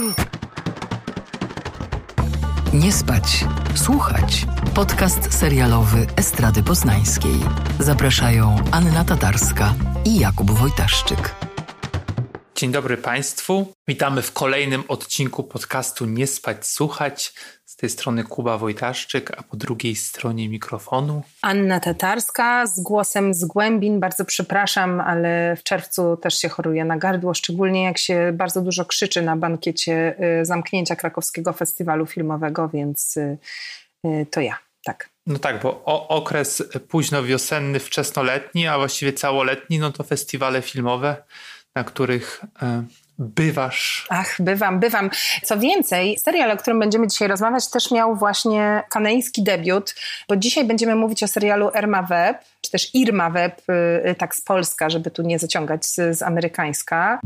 Nie spać, słuchać. Podcast serialowy Estrady Poznańskiej. Zapraszają Anna Tatarska i Jakub Wojtaszczyk. Dzień dobry Państwu. Witamy w kolejnym odcinku podcastu Nie spać, słuchać. Z tej strony Kuba Wojtaszczyk, a po drugiej stronie mikrofonu Anna Tatarska z głosem z głębin. Bardzo przepraszam, ale w czerwcu też się choruję na gardło, szczególnie jak się bardzo dużo krzyczy na bankiecie zamknięcia Krakowskiego Festiwalu Filmowego, więc to ja, tak. No tak, bo okres późno wiosenny, wczesnoletni, a właściwie całoletni, no to festiwale filmowe, na których bywasz. Ach, bywam. Co więcej, serial, o którym będziemy dzisiaj rozmawiać, też miał właśnie kanadyjski debiut, bo dzisiaj będziemy mówić o serialu Irma Vep, czy też Irma Vep, tak z Polska, żeby tu nie zaciągać z amerykańska.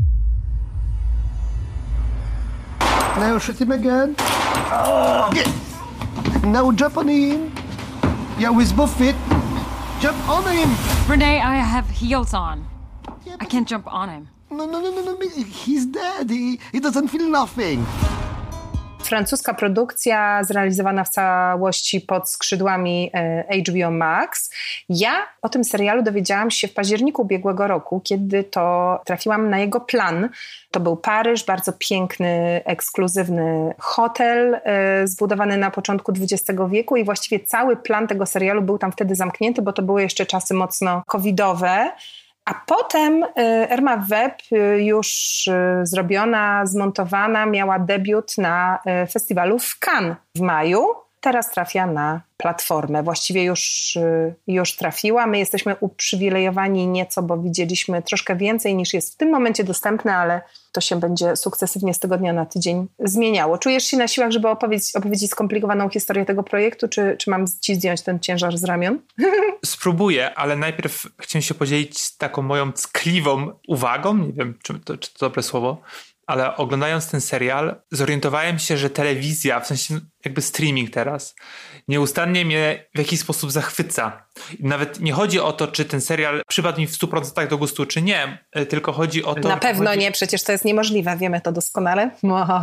Now shoot him again. Oh. Now jump on him. Yeah, with both feet. Jump on him. Renee, I have heels on. I can't jump on him. No. He's dead. He doesn't feel nothing. Francuska produkcja zrealizowana w całości pod skrzydłami HBO Max. Ja o tym serialu dowiedziałam się w październiku ubiegłego roku, kiedy to trafiłam na jego plan. To był Paryż, bardzo piękny, ekskluzywny hotel zbudowany na początku XX wieku i właściwie cały plan tego serialu był tam wtedy zamknięty, bo to były jeszcze czasy mocno covidowe. A potem Irma Vep, już zrobiona, zmontowana, miała debiut na festiwalu w Cannes w maju. Teraz trafia na platformę. Właściwie już trafiła. My jesteśmy uprzywilejowani nieco, bo widzieliśmy troszkę więcej niż jest w tym momencie dostępne, ale to się będzie sukcesywnie z tygodnia na tydzień zmieniało. Czujesz się na siłach, żeby opowiedzieć skomplikowaną historię tego projektu, czy mam ci zdjąć ten ciężar z ramion? Spróbuję, ale najpierw chciałem się podzielić taką moją ckliwą uwagą. Nie wiem, czy to dobre słowo, ale oglądając ten serial zorientowałem się, że telewizja, w sensie jakby streaming teraz, nieustannie mnie w jakiś sposób zachwyca. I nawet nie chodzi o to, czy ten serial przypadł mi w 100% do gustu, czy nie, tylko chodzi o to... Na pewno nie, przecież to jest niemożliwe, wiemy to doskonale.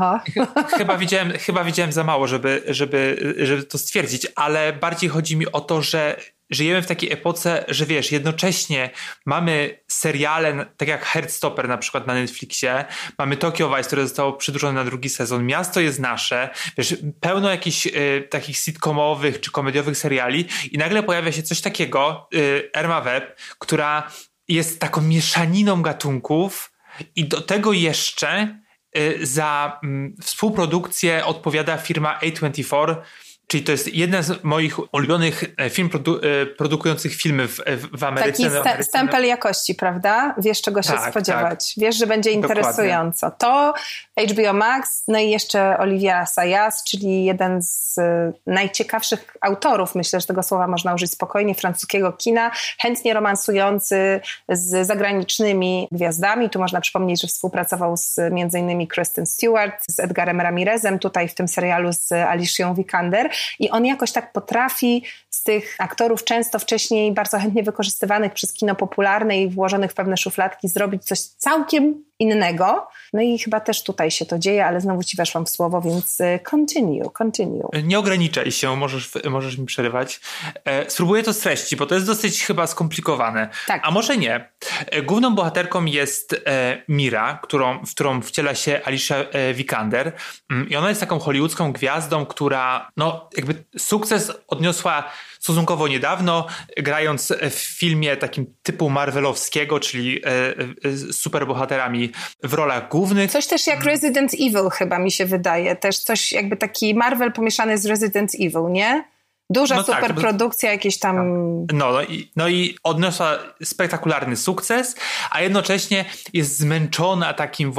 Chyba widziałem za mało, żeby to stwierdzić, ale bardziej chodzi mi o to, że żyjemy w takiej epoce, że wiesz, jednocześnie mamy seriale, tak jak Heartstopper na przykład na Netflixie, mamy Tokyo Vice, które zostało przedłużone na drugi sezon, Miasto jest nasze, wiesz, pełno jakichś takich sitcomowych czy komediowych seriali i nagle pojawia się coś takiego, Irma Vep, która jest taką mieszaniną gatunków i do tego jeszcze za współprodukcję odpowiada firma A24, czyli to jest jeden z moich ulubionych firm produkujących filmy w Ameryce. Taki stempel jakości, prawda? Wiesz, czego się spodziewać. Tak. Wiesz, że będzie interesująco. To HBO Max, no i jeszcze Olivier Assayas, czyli jeden z najciekawszych autorów, myślę, że tego słowa można użyć spokojnie, francuskiego kina, chętnie romansujący z zagranicznymi gwiazdami. Tu można przypomnieć, że współpracował z m.in. Kristen Stewart, z Edgarem Ramirezem, tutaj w tym serialu z Alicią Vikander. I on jakoś tak potrafi z tych aktorów często wcześniej bardzo chętnie wykorzystywanych przez kino popularne i włożonych w pewne szufladki zrobić coś całkiem innego. No i chyba też tutaj się to dzieje, ale znowu ci weszłam w słowo, więc continue. Nie ograniczaj się, możesz mi przerywać. Spróbuję to streścić, bo to jest dosyć chyba skomplikowane. Tak. A może nie. Główną bohaterką jest Mira, w którą wciela się Alicia Vikander i ona jest taką hollywoodzką gwiazdą, która jakby sukces odniosła stosunkowo niedawno, grając w filmie takim typu marvelowskiego, czyli z superbohaterami w rolach głównych. Coś też jak Resident Evil chyba mi się wydaje. Też coś jakby taki Marvel pomieszany z Resident Evil, nie? Duża superprodukcja, jakieś tam... No i odniosła spektakularny sukces, a jednocześnie jest zmęczona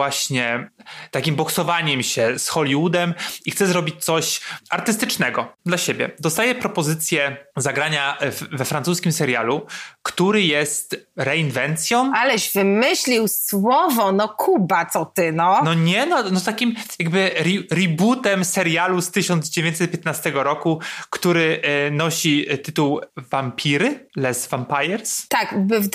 takim boksowaniem się z Hollywoodem i chce zrobić coś artystycznego dla siebie. Dostaje propozycję zagrania we francuskim serialu, który jest reinwencją. Aleś wymyślił słowo, no Kuba, co ty, no? No nie, no takim jakby rebootem serialu z 1915 roku, który który nosi tytuł Vampiry, Les Vampires. Tak, w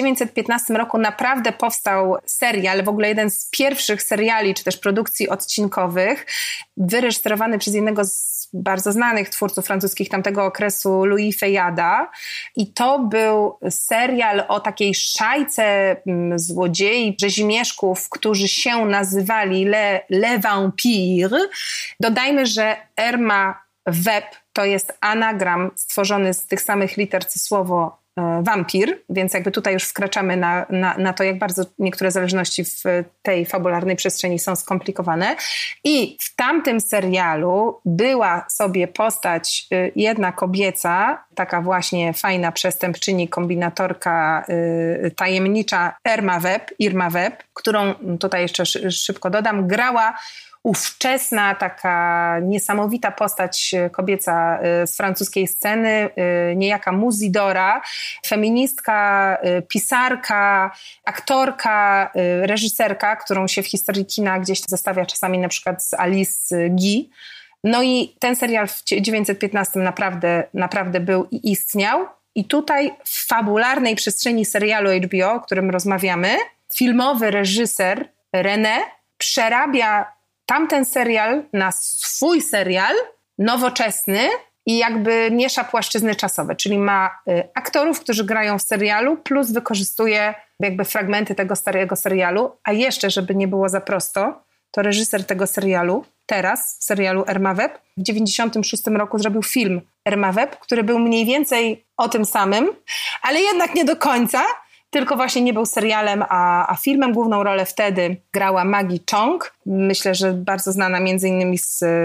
1915 roku naprawdę powstał serial, w ogóle jeden z pierwszych seriali, czy też produkcji odcinkowych, wyreżyserowany przez jednego z bardzo znanych twórców francuskich tamtego okresu, Louis Feyada. I to był serial o takiej szajce złodziei, rzezimieszków, którzy się nazywali Les Vampires. Dodajmy, że Irma Web to jest anagram stworzony z tych samych liter co słowo wampir, więc jakby tutaj już wkraczamy na to, jak bardzo niektóre zależności w tej fabularnej przestrzeni są skomplikowane. I w tamtym serialu była sobie postać jedna kobieca, taka właśnie fajna przestępczyni, kombinatorka tajemnicza Irma Web, którą tutaj jeszcze szybko dodam, grała ówczesna, taka niesamowita postać kobieca z francuskiej sceny, niejaka Musidora, feministka, pisarka, aktorka, reżyserka, którą się w historii kina gdzieś zestawia czasami na przykład z Alice Guy. No i ten serial w 1915 naprawdę był i istniał. I tutaj w fabularnej przestrzeni serialu HBO, o którym rozmawiamy, filmowy reżyser René przerabia tamten serial na swój serial nowoczesny i jakby miesza płaszczyzny czasowe, czyli ma aktorów, którzy grają w serialu, plus wykorzystuje jakby fragmenty tego starego serialu, a jeszcze, żeby nie było za prosto, to reżyser tego serialu, serialu Irma Web, w 1996 roku zrobił film Irma Web, który był mniej więcej o tym samym, ale jednak nie do końca, tylko właśnie nie był serialem, a filmem. Główną rolę wtedy grała Maggie Cheung. Myślę, że bardzo znana między innymi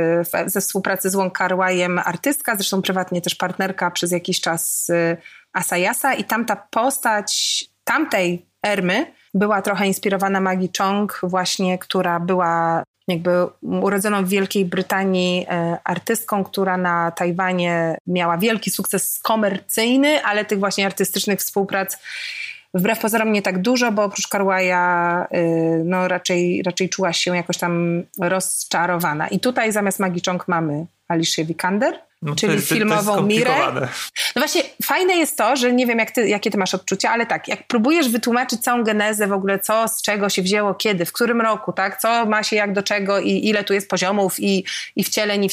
ze współpracy z Wong Kar-wai'em artystka, zresztą prywatnie też partnerka przez jakiś czas Asayasa i tamta postać tamtej Irmy była trochę inspirowana Maggie Cheung właśnie, która była jakby urodzoną w Wielkiej Brytanii artystką, która na Tajwanie miała wielki sukces komercyjny, ale tych właśnie artystycznych współprac wbrew pozorom nie tak dużo, bo oprócz Kar-wai'a no raczej czuła się jakoś tam rozczarowana. I tutaj zamiast Maggie Cheung mamy Alicia Vikander, czyli filmową Mirę. No właśnie fajne jest to, że nie wiem jakie ty masz odczucia, ale tak, jak próbujesz wytłumaczyć całą genezę w ogóle, co z czego się wzięło, kiedy, w którym roku, tak, co ma się jak do czego i ile tu jest poziomów i wcieleń,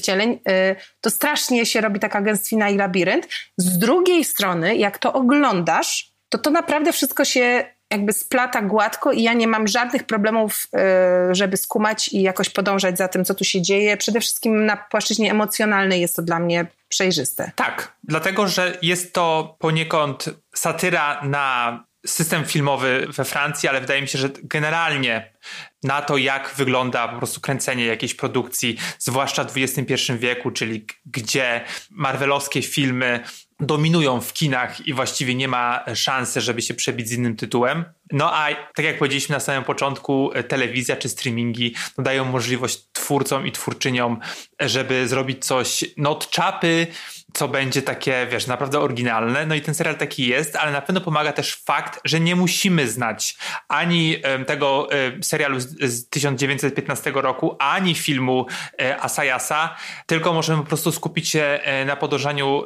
to strasznie się robi taka gęstwina i labirynt. Z drugiej strony, jak to oglądasz, to naprawdę wszystko się jakby splata gładko i ja nie mam żadnych problemów, żeby skumać i jakoś podążać za tym, co tu się dzieje. Przede wszystkim na płaszczyźnie emocjonalnej jest to dla mnie przejrzyste. Tak, dlatego, że jest to poniekąd satyra na system filmowy we Francji, ale wydaje mi się, że generalnie na to, jak wygląda po prostu kręcenie jakiejś produkcji, zwłaszcza w XXI wieku, czyli gdzie marvelowskie filmy dominują w kinach i właściwie nie ma szansy, żeby się przebić z innym tytułem. No a tak jak powiedzieliśmy na samym początku, telewizja czy streamingi dają możliwość twórcom i twórczyniom, żeby zrobić coś od czapy, co będzie takie, wiesz, naprawdę oryginalne. No i ten serial taki jest, ale na pewno pomaga też fakt, że nie musimy znać ani tego serialu z 1915 roku, ani filmu Asayasa, tylko możemy po prostu skupić się na podążaniu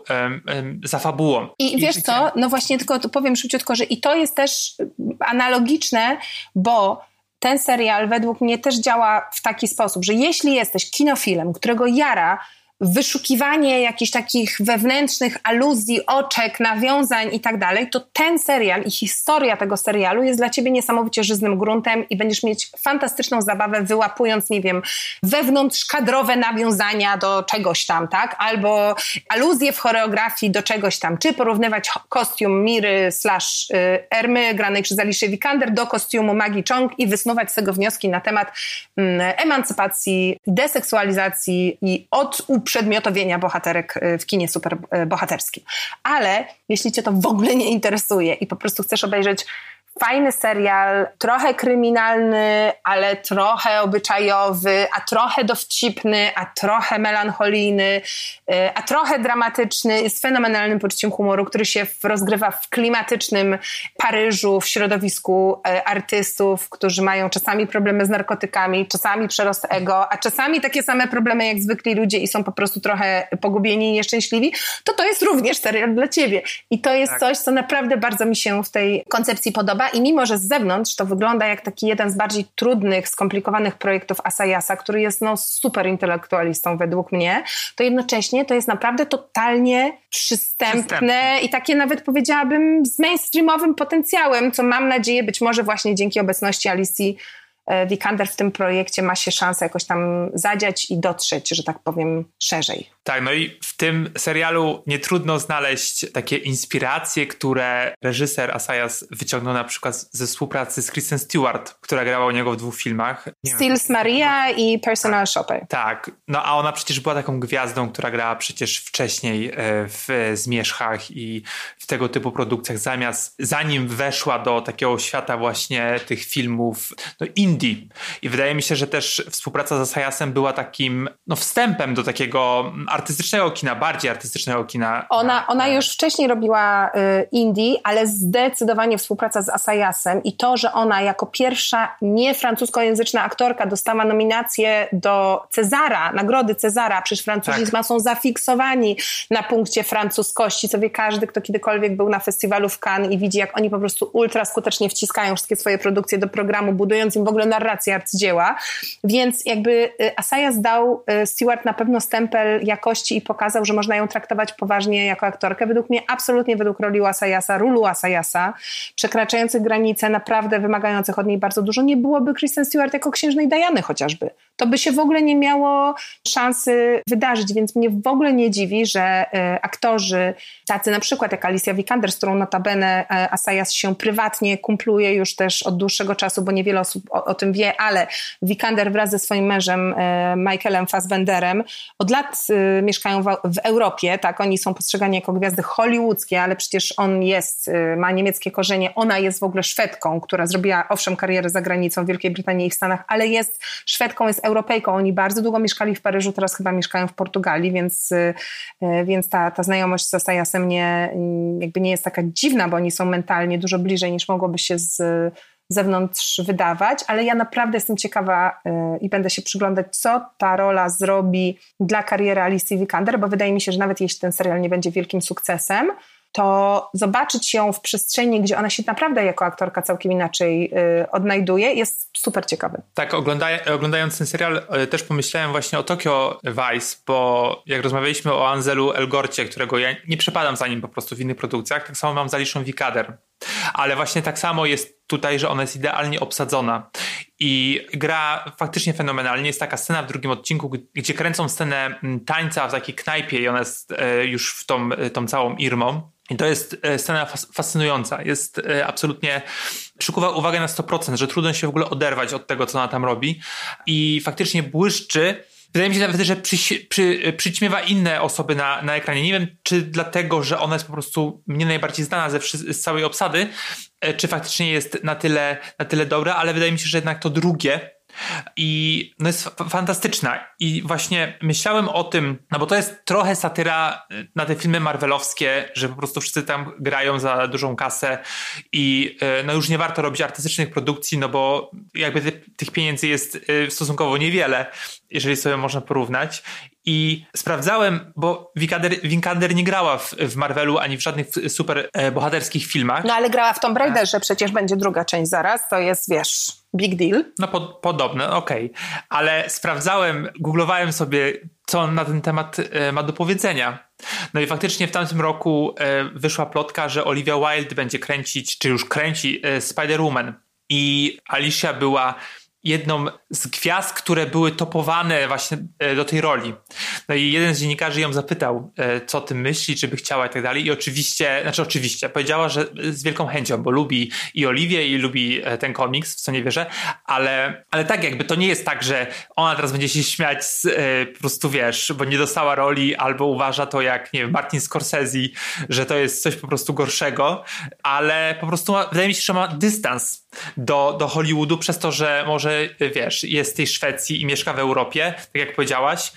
za fabułą. I wiesz co, no właśnie tylko powiem szybciutko, że i to jest też analogiczne, bo ten serial według mnie też działa w taki sposób, że jeśli jesteś kinofilem, którego jara wyszukiwanie jakichś takich wewnętrznych aluzji, oczek, nawiązań i tak dalej, to ten serial i historia tego serialu jest dla ciebie niesamowicie żyznym gruntem i będziesz mieć fantastyczną zabawę wyłapując, nie wiem, wewnątrzkadrowe nawiązania do czegoś tam, tak? Albo aluzje w choreografii do czegoś tam, czy porównywać kostium Miry / Irmy granej przez Alicia Vikander do kostiumu Maggie Cheung i wysnuwać z tego wnioski na temat emancypacji, deseksualizacji i uprzedmiotowienia bohaterek w kinie superbohaterskim. Ale jeśli cię to w ogóle nie interesuje i po prostu chcesz obejrzeć fajny serial, trochę kryminalny, ale trochę obyczajowy, a trochę dowcipny, a trochę melancholijny, a trochę dramatyczny, z fenomenalnym poczuciem humoru, który się rozgrywa w klimatycznym Paryżu, w środowisku artystów, którzy mają czasami problemy z narkotykami, czasami przerost ego, a czasami takie same problemy jak zwykli ludzie i są po prostu trochę pogubieni i nieszczęśliwi, to jest również serial dla ciebie. I to jest coś, co naprawdę bardzo mi się w tej koncepcji podoba i mimo, że z zewnątrz to wygląda jak taki jeden z bardziej trudnych, skomplikowanych projektów Assayasa, który jest super intelektualistą według mnie, to jednocześnie to jest naprawdę totalnie przystępne i takie nawet powiedziałabym z mainstreamowym potencjałem, co mam nadzieję być może właśnie dzięki obecności Alicji Vikander w tym projekcie ma się szansę jakoś tam zadziać i dotrzeć, że tak powiem, szerzej. Tak, no i w tym serialu nie trudno znaleźć takie inspiracje, które reżyser Assayas wyciągnął na przykład ze współpracy z Kristen Stewart, która grała u niego w 2 filmach. Stills Maria i Personal Shopper. Tak, no a ona przecież była taką gwiazdą, która grała przecież wcześniej w Zmierzchach i w tego typu produkcjach, zanim weszła do takiego świata właśnie tych filmów indie. I wydaje mi się, że też współpraca z Assayasem była takim wstępem do takiego artystycznego kina, bardziej artystycznego kina. Ona już wcześniej robiła indie, ale zdecydowanie współpraca z Assayasem i to, że ona jako pierwsza niefrancuskojęzyczna aktorka dostała nominację do Cezara, nagrody Cezara, przecież Francuzi są zafiksowani na punkcie francuskości, co wie każdy, kto kiedykolwiek był na festiwalu w Cannes i widzi, jak oni po prostu ultra skutecznie wciskają wszystkie swoje produkcje do programu, budując im w ogóle narrację arcydzieła, więc jakby Assayas dał Stewart na pewno stempel jakości i pokazał, że można ją traktować poważnie jako aktorkę. Według mnie absolutnie według rólu Assayasa, przekraczających granice, naprawdę wymagających od niej bardzo dużo, nie byłoby Kristen Stewart jako księżnej Diany chociażby. To by się w ogóle nie miało szansy wydarzyć, więc mnie w ogóle nie dziwi, że aktorzy tacy na przykład jak Alicia Vikander, z którą notabene Assayas się prywatnie kumpluje już też od dłuższego czasu, bo niewiele osób o tym wie, ale Vikander wraz ze swoim mężem Michaelem Fassbenderem od lat mieszkają w Europie, tak, oni są postrzegani jako gwiazdy hollywoodzkie, ale przecież on ma niemieckie korzenie, ona jest w ogóle Szwedką, która zrobiła owszem karierę za granicą w Wielkiej Brytanii i w Stanach, ale jest Szwedką, jest Europejką, oni bardzo długo mieszkali w Paryżu, teraz chyba mieszkają w Portugalii, więc ta znajomość z Assayasem nie jest taka dziwna, bo oni są mentalnie dużo bliżej niż mogłoby się z zewnątrz wydawać, ale ja naprawdę jestem ciekawa i będę się przyglądać, co ta rola zrobi dla kariery Alicji Vikander, bo wydaje mi się, że nawet jeśli ten serial nie będzie wielkim sukcesem, to zobaczyć ją w przestrzeni, gdzie ona się naprawdę jako aktorka całkiem inaczej odnajduje, jest super ciekawy. Tak, oglądając ten serial też pomyślałem właśnie o Tokyo Vice, bo jak rozmawialiśmy o Anselu Elgorcie, którego ja nie przepadam za nim po prostu w innych produkcjach, tak samo mam za Alicią Vikander. Ale właśnie tak samo jest tutaj, że ona jest idealnie obsadzona i gra faktycznie fenomenalnie. Jest taka scena w 2 odcinku, gdzie kręcą scenę tańca w takiej knajpie i ona jest już w tą całą Irmą. I to jest scena fascynująca. Jest absolutnie, przykuwa uwagę na 100%, że trudno się w ogóle oderwać od tego, co ona tam robi. I faktycznie błyszczy. Wydaje mi się nawet, że przyćmiewa inne osoby na ekranie. Nie wiem, czy dlatego, że ona jest po prostu mnie najbardziej znana z całej obsady, czy faktycznie jest na tyle dobra, ale wydaje mi się, że jednak to drugie i jest fantastyczna. I właśnie myślałem o tym, bo to jest trochę satyra na te filmy marvelowskie, że po prostu wszyscy tam grają za dużą kasę i już nie warto robić artystycznych produkcji, bo jakby tych pieniędzy jest stosunkowo niewiele, jeżeli sobie można porównać. I sprawdzałem, bo Vikander nie grała w Marvelu ani w żadnych super bohaterskich filmach. No ale grała w Tomb Raiderze, przecież będzie druga część zaraz, to jest, big deal. No podobne, okej. Ale sprawdzałem, googlowałem sobie, co on na ten temat ma do powiedzenia. No i faktycznie w tamtym roku wyszła plotka, że Olivia Wilde będzie kręcić, czy już kręci Spider-Woman. I Alicia była jedną z gwiazd, które były topowane właśnie do tej roli. No i jeden z dziennikarzy ją zapytał, co o tym myśli, czy by chciała i tak dalej. I oczywiście, powiedziała, że z wielką chęcią, bo lubi i Oliwię i lubi ten komiks, w co nie wierzę, ale tak jakby to nie jest tak, że ona teraz będzie się śmiać po prostu, wiesz, bo nie dostała roli, albo uważa to jak, nie wiem, Martin Scorsese, że to jest coś po prostu gorszego, ale po prostu wydaje mi się, że ma dystans do Hollywoodu przez to, że może, wiesz, jest w tej Szwecji i mieszka w Europie, tak jak powiedziałaś,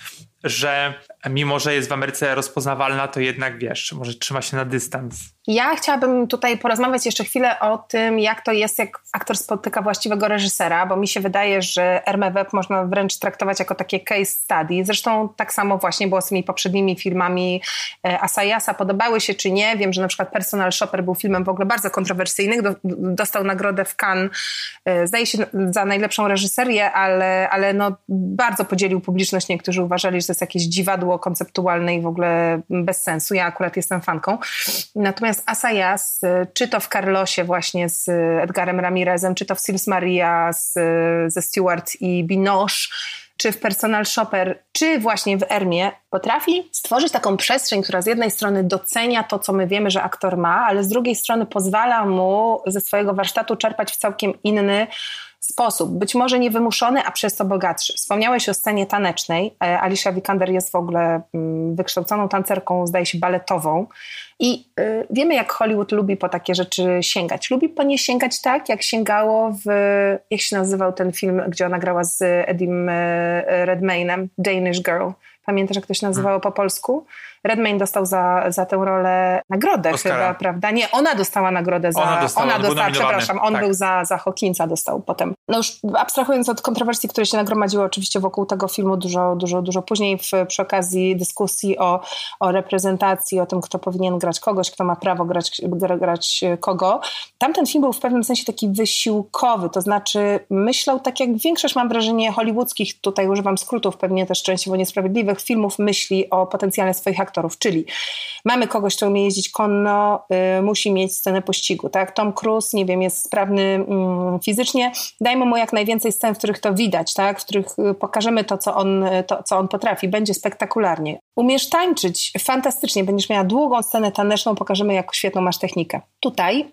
że mimo, że jest w Ameryce rozpoznawalna, to jednak, wiesz, może trzyma się na dystans. Ja chciałabym tutaj porozmawiać jeszcze chwilę o tym, jak to jest, jak aktor spotyka właściwego reżysera, bo mi się wydaje, że Hermé Webb można wręcz traktować jako takie case study. Zresztą tak samo właśnie było z tymi poprzednimi filmami Assayasa. Podobały się czy nie? Wiem, że na przykład Personal Shopper był filmem w ogóle bardzo kontrowersyjnym. Dostał nagrodę w Cannes, zdaje się, za najlepszą reżyserię, ale no bardzo podzielił publiczność. Niektórzy uważali, że to jest jakieś dziwadło konceptualne i w ogóle bez sensu. Ja akurat jestem fanką. Natomiast Assayas, czy to w Carlosie właśnie z Edgarem Ramirezem, czy to w Sils Maria ze Stewart i Binoche, czy w Personal Shopper, czy właśnie w Hermie, potrafi stworzyć taką przestrzeń, która z jednej strony docenia to, co my wiemy, że aktor ma, ale z drugiej strony pozwala mu ze swojego warsztatu czerpać w całkiem inny sposób, być może niewymuszony, a przez to bogatszy. Wspomniałeś o scenie tanecznej. Alicia Vikander jest w ogóle wykształconą tancerką, zdaje się baletową i wiemy, jak Hollywood lubi po takie rzeczy sięgać. Lubi po nie sięgać tak, jak sięgało jak się nazywał ten film, gdzie ona grała z Edim Redmaynem, Danish Girl. Pamiętasz, jak to się nazywało po polsku? Redmayne dostał za tę rolę nagrodę Oscara. Chyba, prawda? Nie, ona dostała nagrodę Ona dostała, przepraszam, on był za Hawkinsa dostał potem. No już abstrahując od kontrowersji, które się nagromadziły oczywiście wokół tego filmu dużo później przy okazji dyskusji o reprezentacji, o tym, kto powinien grać kogoś, kto ma prawo grać kogo. Tamten film był w pewnym sensie taki wysiłkowy, to znaczy myślał tak jak większość, mam wrażenie, hollywoodzkich, tutaj używam skrótów, pewnie też częściowo niesprawiedliwych filmów, myśli o potencjale swoich aktorów, czyli mamy kogoś, kto umie jeździć konno, musi mieć scenę pościgu, tak? Tom Cruise, nie wiem, jest sprawny fizycznie, dajmy mu jak najwięcej scen, w których to widać, tak? W których pokażemy to, co on potrafi, będzie spektakularnie. Umiesz tańczyć, fantastycznie, będziesz miała długą scenę taneczną, pokażemy, jak świetną masz technikę. Tutaj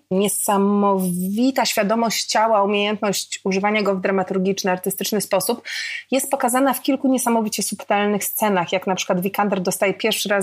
niesamowita świadomość ciała, umiejętność używania go w dramaturgiczny, artystyczny sposób jest pokazana w kilku niesamowicie subtelnych scenach, jak na przykład Vikander dostaje pierwszy raz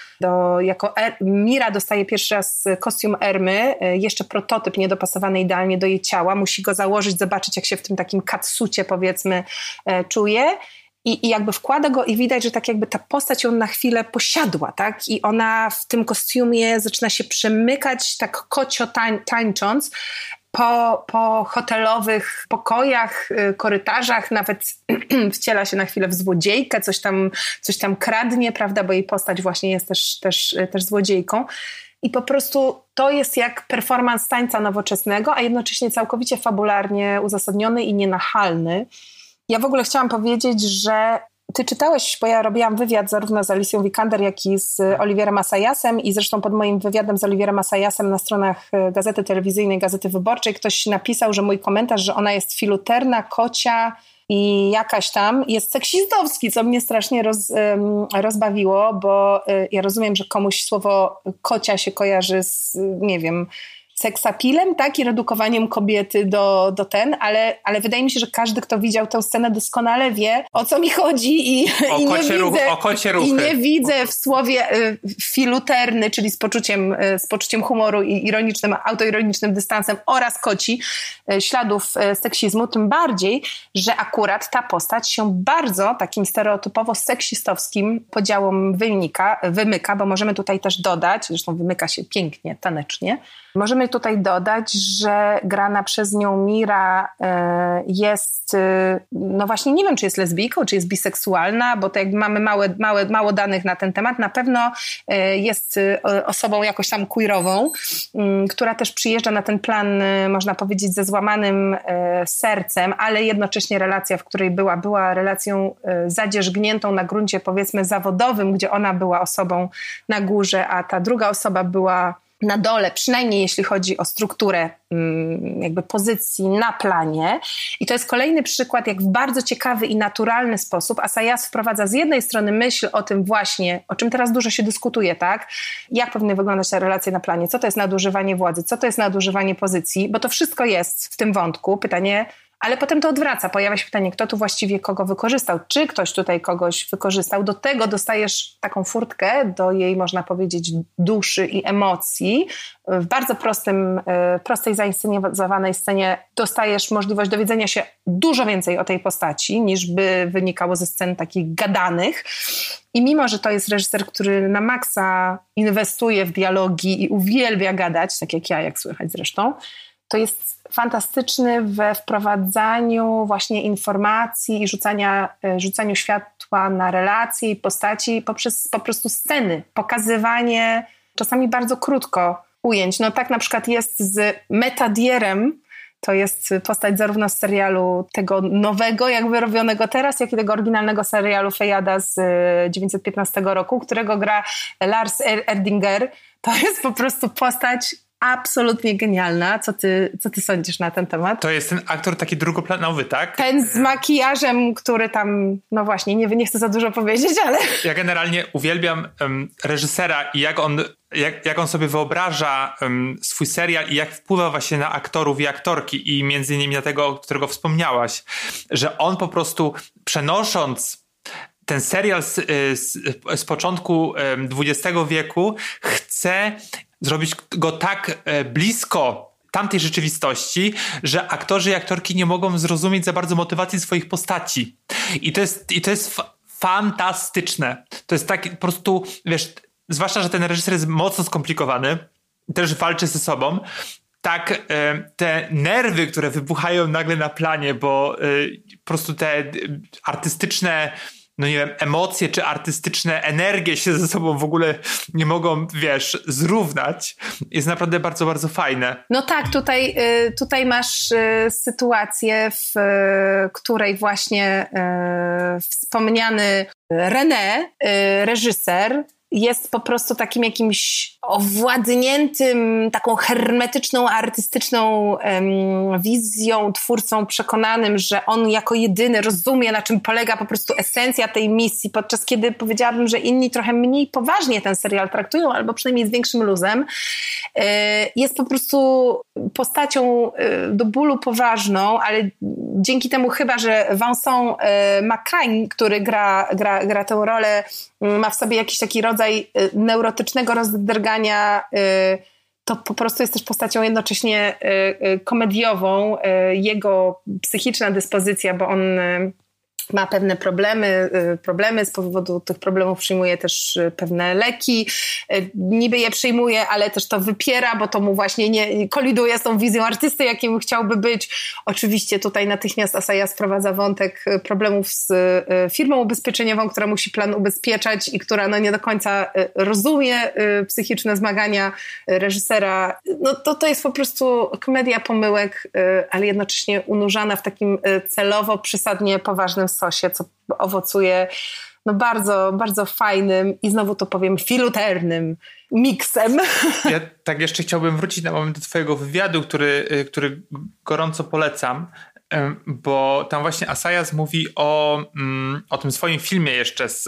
Mira dostaje pierwszy raz kostium Hermy, jeszcze prototyp niedopasowany idealnie do jej ciała, musi go założyć, zobaczyć, jak się w tym takim catsucie, powiedzmy, czuje. I jakby wkłada go i widać, że tak jakby ta postać ją na chwilę posiadła, tak? I ona w tym kostiumie zaczyna się przemykać tak kocio tańcząc po hotelowych pokojach, korytarzach, nawet wciela się na chwilę w złodziejkę, coś tam kradnie, prawda? Bo jej postać właśnie jest też złodziejką. I po prostu to jest jak performance tańca nowoczesnego, a jednocześnie całkowicie fabularnie uzasadniony i nienachalny. Ja w ogóle chciałam powiedzieć, że ty czytałeś, bo ja robiłam wywiad zarówno z Alicją Vikander, jak i z Olivierem Assayasem i zresztą pod moim wywiadem z Olivierem Assayasem na stronach Gazety Telewizyjnej, Gazety Wyborczej ktoś napisał, że mój komentarz, że ona jest filuterna, kocia i jakaś tam jest seksistowski, co mnie strasznie rozbawiło, bo ja rozumiem, że komuś słowo kocia się kojarzy z, nie wiem, seksapilem, tak? I redukowaniem kobiety ale wydaje mi się, że każdy, kto widział tę scenę, doskonale wie, o co mi chodzi i nie widzę w słowie filuterny, czyli z poczuciem humoru i ironicznym, autoironicznym dystansem oraz koci śladów seksizmu, tym bardziej, że akurat ta postać się bardzo takim stereotypowo seksistowskim podziałom wymyka, bo możemy tutaj też dodać, zresztą wymyka się pięknie, tanecznie, możemy tutaj dodać, że grana przez nią Mira jest, no właśnie nie wiem, czy jest lesbijką, czy jest biseksualna, bo to jakby mamy mało danych na ten temat. Na pewno jest osobą jakoś tam queerową, która też przyjeżdża na ten plan, można powiedzieć, ze złamanym sercem, ale jednocześnie relacja, w której była relacją zadzierzgniętą na gruncie, powiedzmy, zawodowym, gdzie ona była osobą na górze, a ta druga osoba była na dole, przynajmniej jeśli chodzi o strukturę jakby pozycji na planie. I to jest kolejny przykład, jak w bardzo ciekawy i naturalny sposób Assayas wprowadza z jednej strony myśl o tym właśnie, o czym teraz dużo się dyskutuje, tak? Jak powinny wyglądać te relacje na planie, co to jest nadużywanie władzy, co to jest nadużywanie pozycji, bo to wszystko jest w tym wątku. Pytanie, ale potem to odwraca. Pojawia się pytanie, kto tu właściwie kogo wykorzystał? Czy ktoś tutaj kogoś wykorzystał? Do tego dostajesz taką furtkę do jej, można powiedzieć, duszy i emocji. W bardzo prostej zainscenizowanej scenie dostajesz możliwość dowiedzenia się dużo więcej o tej postaci, niż by wynikało ze scen takich gadanych. I mimo, że to jest reżyser, który na maksa inwestuje w dialogi i uwielbia gadać, tak jak ja, jak słychać zresztą, to jest fantastyczny we wprowadzaniu właśnie informacji i rzucaniu światła na relacje i postaci poprzez po prostu sceny, pokazywanie czasami bardzo krótko ujęć. No tak na przykład jest z Metadierem, to jest postać zarówno z serialu tego nowego, jakby robionego teraz, jak i tego oryginalnego serialu Fejada z 1915 roku, którego gra Lars Erdinger. To jest po prostu postać absolutnie genialna. Co ty sądzisz na ten temat? To jest ten aktor taki drugoplanowy, tak? Ten z makijażem, który tam, no właśnie, nie chcę za dużo powiedzieć, ale... Ja generalnie uwielbiam reżysera i jak on sobie wyobraża swój serial i jak wpływa właśnie na aktorów i aktorki i między innymi na tego, o którego wspomniałaś. Że on po prostu przenosząc ten serial z początku XX wieku chce zrobić go tak blisko tamtej rzeczywistości, że aktorzy i aktorki nie mogą zrozumieć za bardzo motywacji swoich postaci. I to jest fantastyczne. To jest tak po prostu, wiesz, zwłaszcza, że ten reżyser jest mocno skomplikowany, też walczy ze sobą. Tak, te nerwy, które wybuchają nagle na planie, bo po prostu te artystyczne, no nie wiem, emocje czy artystyczne energie się ze sobą w ogóle nie mogą, wiesz, zrównać, jest naprawdę bardzo, bardzo fajne. No tak, tutaj masz sytuację, w której właśnie wspomniany René, reżyser, jest po prostu takim jakimś owładniętym, taką hermetyczną, artystyczną wizją, twórcą przekonanym, że on jako jedyny rozumie, na czym polega po prostu esencja tej misji, podczas kiedy powiedziałabym, że inni trochę mniej poważnie ten serial traktują, albo przynajmniej z większym luzem. Jest po prostu postacią do bólu poważną, ale dzięki temu chyba, że Vincent Macaigne, który gra tę rolę, ma w sobie jakiś taki rodzaj neurotycznego rozdrgania, to po prostu jest też postacią jednocześnie komediową. Jego psychiczna dyspozycja, bo on ma pewne problemy, z powodu tych problemów przyjmuje też pewne leki, niby je przyjmuje, ale też to wypiera, bo to mu właśnie nie koliduje z tą wizją artysty, jakim chciałby być. Oczywiście tutaj natychmiast Assayas wprowadza wątek problemów z firmą ubezpieczeniową, która musi plan ubezpieczać i która no nie do końca rozumie psychiczne zmagania reżysera. No to jest po prostu komedia pomyłek, ale jednocześnie unurzana w takim celowo przesadnie poważnym sosie, co owocuje no bardzo, bardzo fajnym i znowu to powiem filuternym miksem. Ja tak jeszcze chciałbym wrócić na moment do twojego wywiadu, który gorąco polecam, bo tam właśnie Assayas mówi o tym swoim filmie jeszcze z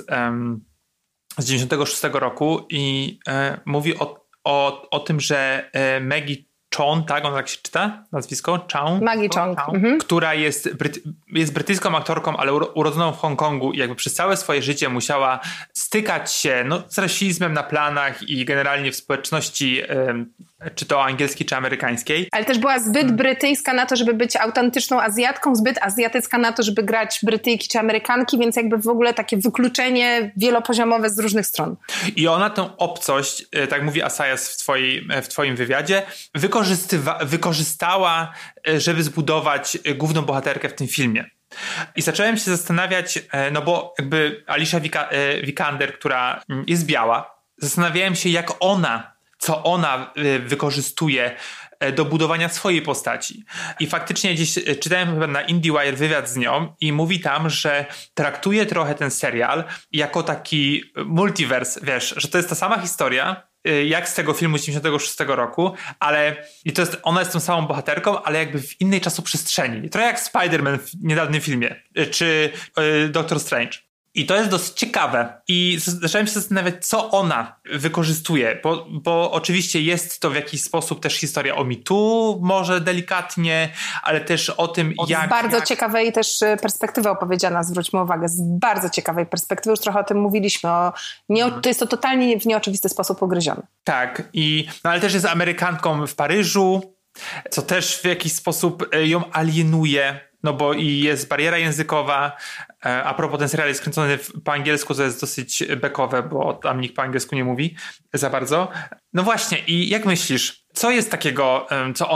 96 roku i mówi o tym, że Maggie Cheung, tak? Ona tak się czyta? Nazwisko? Cheung? Maggie Cheung. Która jest brytyjską aktorką, ale urodzoną w Hongkongu i jakby przez całe swoje życie musiała stykać się z rasizmem na planach i generalnie w społeczności, czy to angielskiej, czy amerykańskiej. Ale też była zbyt brytyjska na to, żeby być autentyczną Azjatką, zbyt azjatycka na to, żeby grać Brytyjki czy Amerykanki, więc jakby w ogóle takie wykluczenie wielopoziomowe z różnych stron. I ona tę obcość, tak mówi Assayas w twoim wywiadzie, wykorzystała, żeby zbudować główną bohaterkę w tym filmie. I zacząłem się zastanawiać, no bo jakby Alicia Vikander, która jest biała, zastanawiałem się, co ona wykorzystuje do budowania swojej postaci. I faktycznie gdzieś czytałem chyba na IndieWire wywiad z nią i mówi tam, że traktuje trochę ten serial jako taki multiverse, wiesz, że to jest ta sama historia, jak z tego filmu z 1996 roku, ale ona jest tą samą bohaterką, ale jakby w innej czasoprzestrzeni. Trochę jak Spider-Man w niedawnym filmie, czy Doctor Strange. I to jest dosyć ciekawe. I zacząłem się zastanawiać, co ona wykorzystuje, bo oczywiście jest to w jakiś sposób też historia o MeToo, może delikatnie, ale też o tym, jak... Z bardzo ciekawej też perspektywy opowiedziana, zwróćmy uwagę, z bardzo ciekawej perspektywy, już trochę o tym mówiliśmy, to jest to totalnie w nieoczywisty sposób ugryzione. Tak, ale też jest Amerykanką w Paryżu, co też w jakiś sposób ją alienuje, no bo i jest bariera językowa. A propos, ten serial jest kręcony po angielsku, co jest dosyć bekowe, bo tam nikt po angielsku nie mówi za bardzo. No właśnie, i jak myślisz, co jest takiego,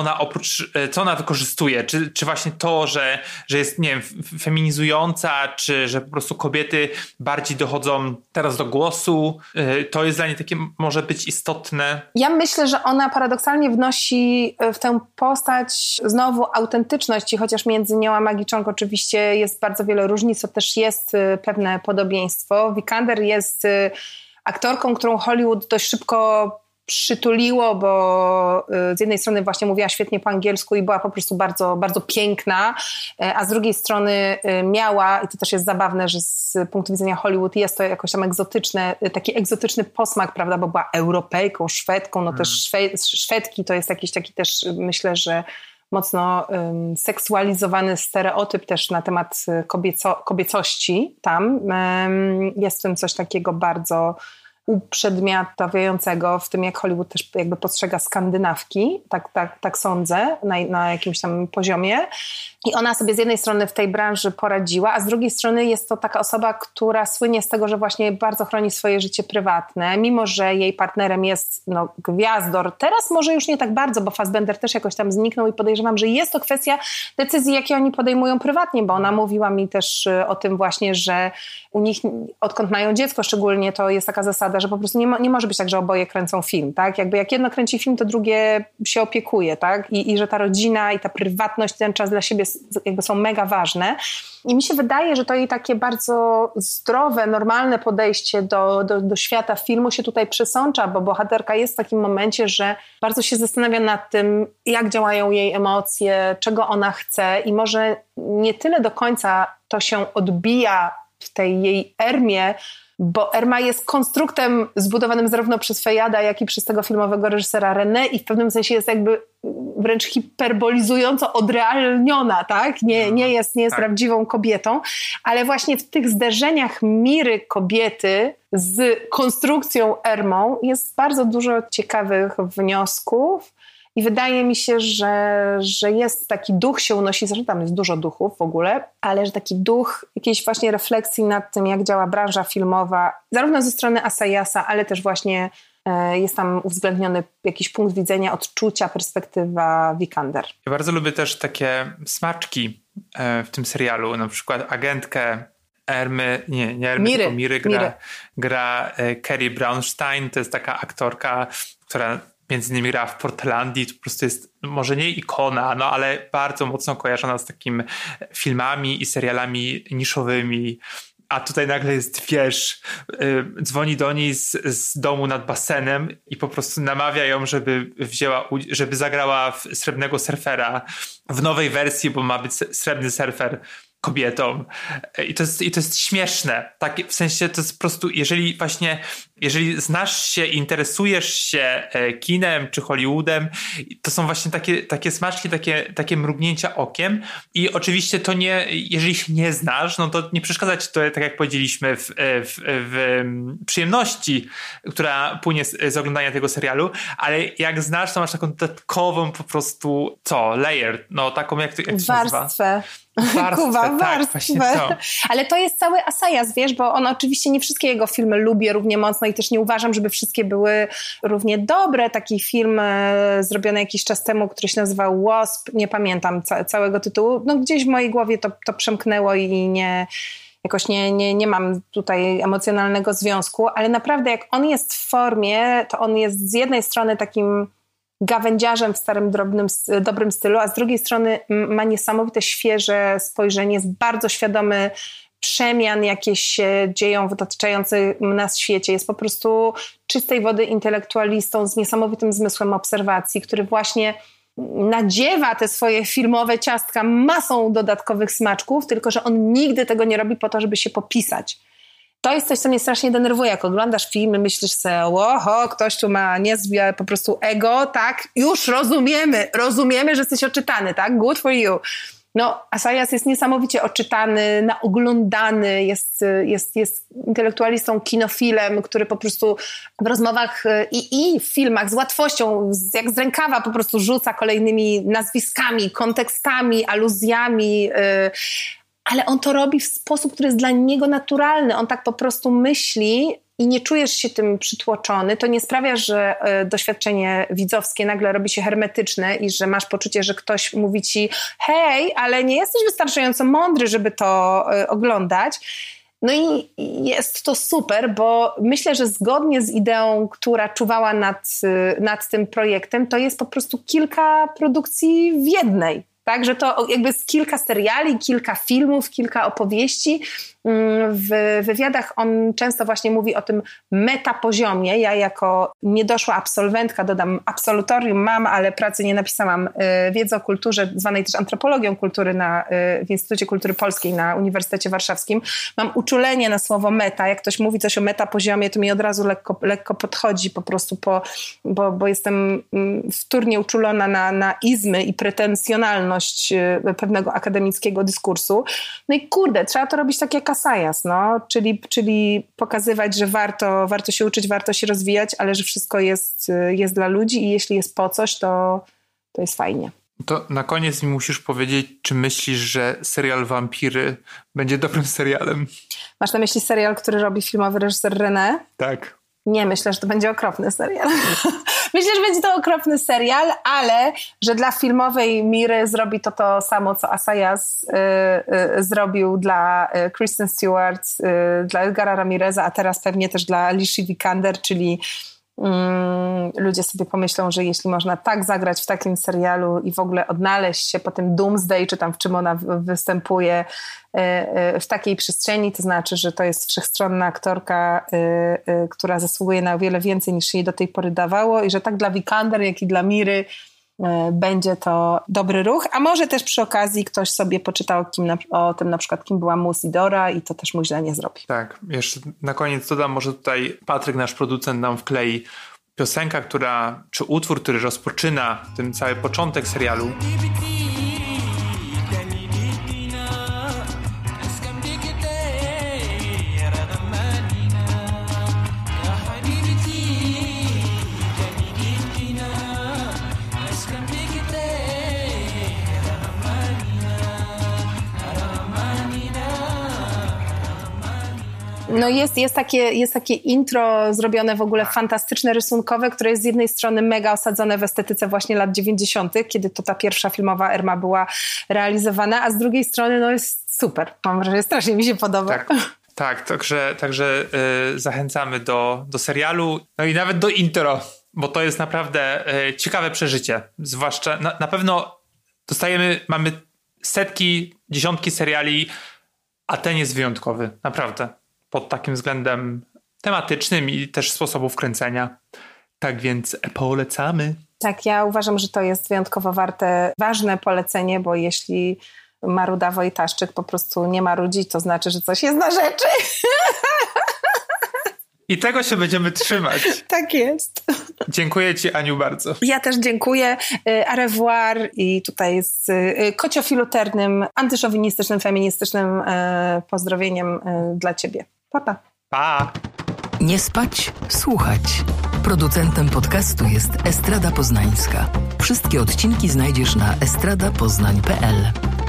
co ona wykorzystuje? Czy właśnie to, że jest, nie wiem, feminizująca, czy że po prostu kobiety bardziej dochodzą teraz do głosu? To jest dla niej takie, może być istotne? Ja myślę, że ona paradoksalnie wnosi w tę postać znowu autentyczność i chociaż między nią a Maggie Cheung oczywiście jest bardzo wiele różnic, to też jest pewne podobieństwo. Vikander jest aktorką, którą Hollywood dość szybko przytuliło, bo z jednej strony właśnie mówiła świetnie po angielsku i była po prostu bardzo, bardzo piękna, a z drugiej strony miała, i to też jest zabawne, że z punktu widzenia Hollywood jest to jakoś tam taki egzotyczny posmak, prawda, bo była Europejką, Szwedką, no też Szwedki to jest jakiś taki też, myślę, że mocno seksualizowany stereotyp też na temat kobiecości tam. Jest w tym coś takiego bardzo uprzedmiotawiającego w tym, jak Hollywood też jakby postrzega skandynawki, tak sądzę, na jakimś tam poziomie. I ona sobie z jednej strony w tej branży poradziła, a z drugiej strony jest to taka osoba, która słynie z tego, że właśnie bardzo chroni swoje życie prywatne, mimo że jej partnerem jest gwiazdor. Teraz może już nie tak bardzo, bo Fassbender też jakoś tam zniknął i podejrzewam, że jest to kwestia decyzji, jakie oni podejmują prywatnie, bo ona mówiła mi też o tym właśnie, że u nich, odkąd mają dziecko szczególnie, to jest taka zasada, że po prostu nie może być tak, że oboje kręcą film, tak? Jakby jak jedno kręci film, to drugie się opiekuje, tak? I że ta rodzina i ta prywatność, ten czas dla siebie jakby są mega ważne. I mi się wydaje, że to jej takie bardzo zdrowe, normalne podejście do świata filmu się tutaj przesącza, bo bohaterka jest w takim momencie, że bardzo się zastanawia nad tym, jak działają jej emocje, czego ona chce i może nie tyle do końca to się odbija w tej jej Ermie, bo Erma jest konstruktem zbudowanym zarówno przez Fejada, jak i przez tego filmowego reżysera René i w pewnym sensie jest jakby wręcz hiperbolizująco odrealniona, tak? Nie jest prawdziwą kobietą, ale właśnie w tych zderzeniach Miry kobiety z konstrukcją Ermą jest bardzo dużo ciekawych wniosków. I wydaje mi się, że jest taki duch się unosi, zresztą tam jest dużo duchów w ogóle, ale że taki duch jakiejś właśnie refleksji nad tym, jak działa branża filmowa, zarówno ze strony Assayasa, ale też właśnie jest tam uwzględniony jakiś punkt widzenia, odczucia, perspektywa Vikander. Ja bardzo lubię też takie smaczki w tym serialu, na przykład agentkę Ermy, nie Ermy, tylko Miry gra Kerry Brownstein, to jest taka aktorka, która między innymi grała w Portlandii, to po prostu jest może nie ikona, no ale bardzo mocno kojarzona z takimi filmami i serialami niszowymi. A tutaj nagle jest, wiesz, dzwoni do niej z domu nad basenem i po prostu namawia ją, żeby zagrała w Srebrnego Surfera w nowej wersji, bo ma być Srebrny Surfer kobietą. I to jest śmieszne. Tak, w sensie to jest po prostu, jeżeli znasz się, interesujesz się kinem czy Hollywoodem, to są właśnie takie smaczki, takie mrugnięcia okiem i oczywiście to nie, jeżeli się nie znasz, no to nie przeszkadza ci to, tak jak powiedzieliśmy, w przyjemności, która płynie z oglądania tego serialu, ale jak znasz, to masz taką dodatkową po prostu, layer, no taką jak to się nazywa? Warstwę. Ale to jest cały Assayas, wiesz, bo on oczywiście nie wszystkie jego filmy lubię równie mocno i też nie uważam, żeby wszystkie były równie dobre. Taki film zrobiony jakiś czas temu, który się nazywał Wasp, nie pamiętam całego tytułu, no gdzieś w mojej głowie to przemknęło i nie mam tutaj emocjonalnego związku, ale naprawdę jak on jest w formie, to on jest z jednej strony takim gawędziarzem w starym, dobrym stylu, a z drugiej strony ma niesamowite, świeże spojrzenie, jest bardzo świadomy przemian, jakie się dzieją w otaczającym nas świecie. Jest po prostu czystej wody intelektualistą z niesamowitym zmysłem obserwacji, który właśnie nadziewa te swoje filmowe ciastka masą dodatkowych smaczków, tylko że on nigdy tego nie robi po to, żeby się popisać. To jest coś, co mnie strasznie denerwuje. Jak oglądasz film i myślisz sobie, oho, ktoś tu ma niezłe po prostu ego, tak, już rozumiemy, że jesteś oczytany, tak, good for you. No, Assayas jest niesamowicie oczytany, naoglądany, jest intelektualistą, kinofilem, który po prostu w rozmowach i w filmach z łatwością, jak z rękawa po prostu rzuca kolejnymi nazwiskami, kontekstami, aluzjami, ale on to robi w sposób, który jest dla niego naturalny. On tak po prostu myśli i nie czujesz się tym przytłoczony. To nie sprawia, że doświadczenie widzowskie nagle robi się hermetyczne i że masz poczucie, że ktoś mówi ci hej, ale nie jesteś wystarczająco mądry, żeby to oglądać. No i jest to super, bo myślę, że zgodnie z ideą, która czuwała nad tym projektem, to jest po prostu kilka produkcji w jednej. Tak, że to jakby jest kilka seriali, kilka filmów, kilka opowieści. W wywiadach on często właśnie mówi o tym metapoziomie. Ja jako niedoszła absolwentka, dodam absolutorium mam, ale pracy nie napisałam, wiedzy o kulturze, zwanej też antropologią kultury w Instytucie Kultury Polskiej na Uniwersytecie Warszawskim. Mam uczulenie na słowo meta. Jak ktoś mówi coś o metapoziomie, to mi od razu lekko podchodzi po prostu, bo jestem wtórnie uczulona na izmy i pretensjonalność pewnego akademickiego dyskursu. No i kurde, trzeba to robić tak jak Assayas, no, czyli pokazywać, że warto się uczyć, warto się rozwijać, ale że wszystko jest dla ludzi i jeśli jest po coś, to jest fajnie. To na koniec mi musisz powiedzieć, czy myślisz, że serial Wampiry będzie dobrym serialem? Masz na myśli serial, który robi filmowy reżyser René? Tak. Nie, myślę, że to będzie okropny serial. Myślę, że będzie to okropny serial, ale że dla filmowej Miry zrobi to samo, co Assayas zrobił dla Kristen Stewart, dla Edgara Ramireza, a teraz pewnie też dla Alicia Vikander, czyli ludzie sobie pomyślą, że jeśli można tak zagrać w takim serialu i w ogóle odnaleźć się po tym Doomsday, czy tam w czym ona występuje w takiej przestrzeni, to znaczy, że to jest wszechstronna aktorka, która zasługuje na o wiele więcej niż się jej do tej pory dawało i że tak dla Vikander, jak i dla Miry będzie to dobry ruch, a może też przy okazji ktoś sobie poczytał o tym na przykład, kim była Musidora i to też mu źle nie zrobi. Tak, jeszcze na koniec dodam, może tutaj Patryk, nasz producent, nam wklei piosenka, czy utwór, który rozpoczyna ten cały początek serialu. No jest takie intro zrobione w ogóle fantastyczne, rysunkowe, które jest z jednej strony mega osadzone w estetyce właśnie lat 90., kiedy to ta pierwsza filmowa Erma była realizowana, a z drugiej strony no jest super. Mam wrażenie, strasznie mi się podoba. Tak, także zachęcamy do serialu, no i nawet do intro, bo to jest naprawdę ciekawe przeżycie. Zwłaszcza na pewno mamy setki, dziesiątki seriali, a ten jest wyjątkowy, naprawdę. Pod takim względem tematycznym i też sposobów kręcenia. Tak więc polecamy. Tak, ja uważam, że to jest wyjątkowo ważne polecenie, bo jeśli Maruda Wojtaszczyk po prostu nie marudzi, to znaczy, że coś jest na rzeczy. I tego się będziemy trzymać. Tak jest. Dziękuję ci, Aniu, bardzo. Ja też dziękuję. Au revoir i tutaj z kociofiluternym, antyszowinistycznym, feministycznym pozdrowieniem dla ciebie. Pa, pa. Pa. Nie spać, słuchać. Producentem podcastu jest Estrada Poznańska. Wszystkie odcinki znajdziesz na estradapoznań.pl.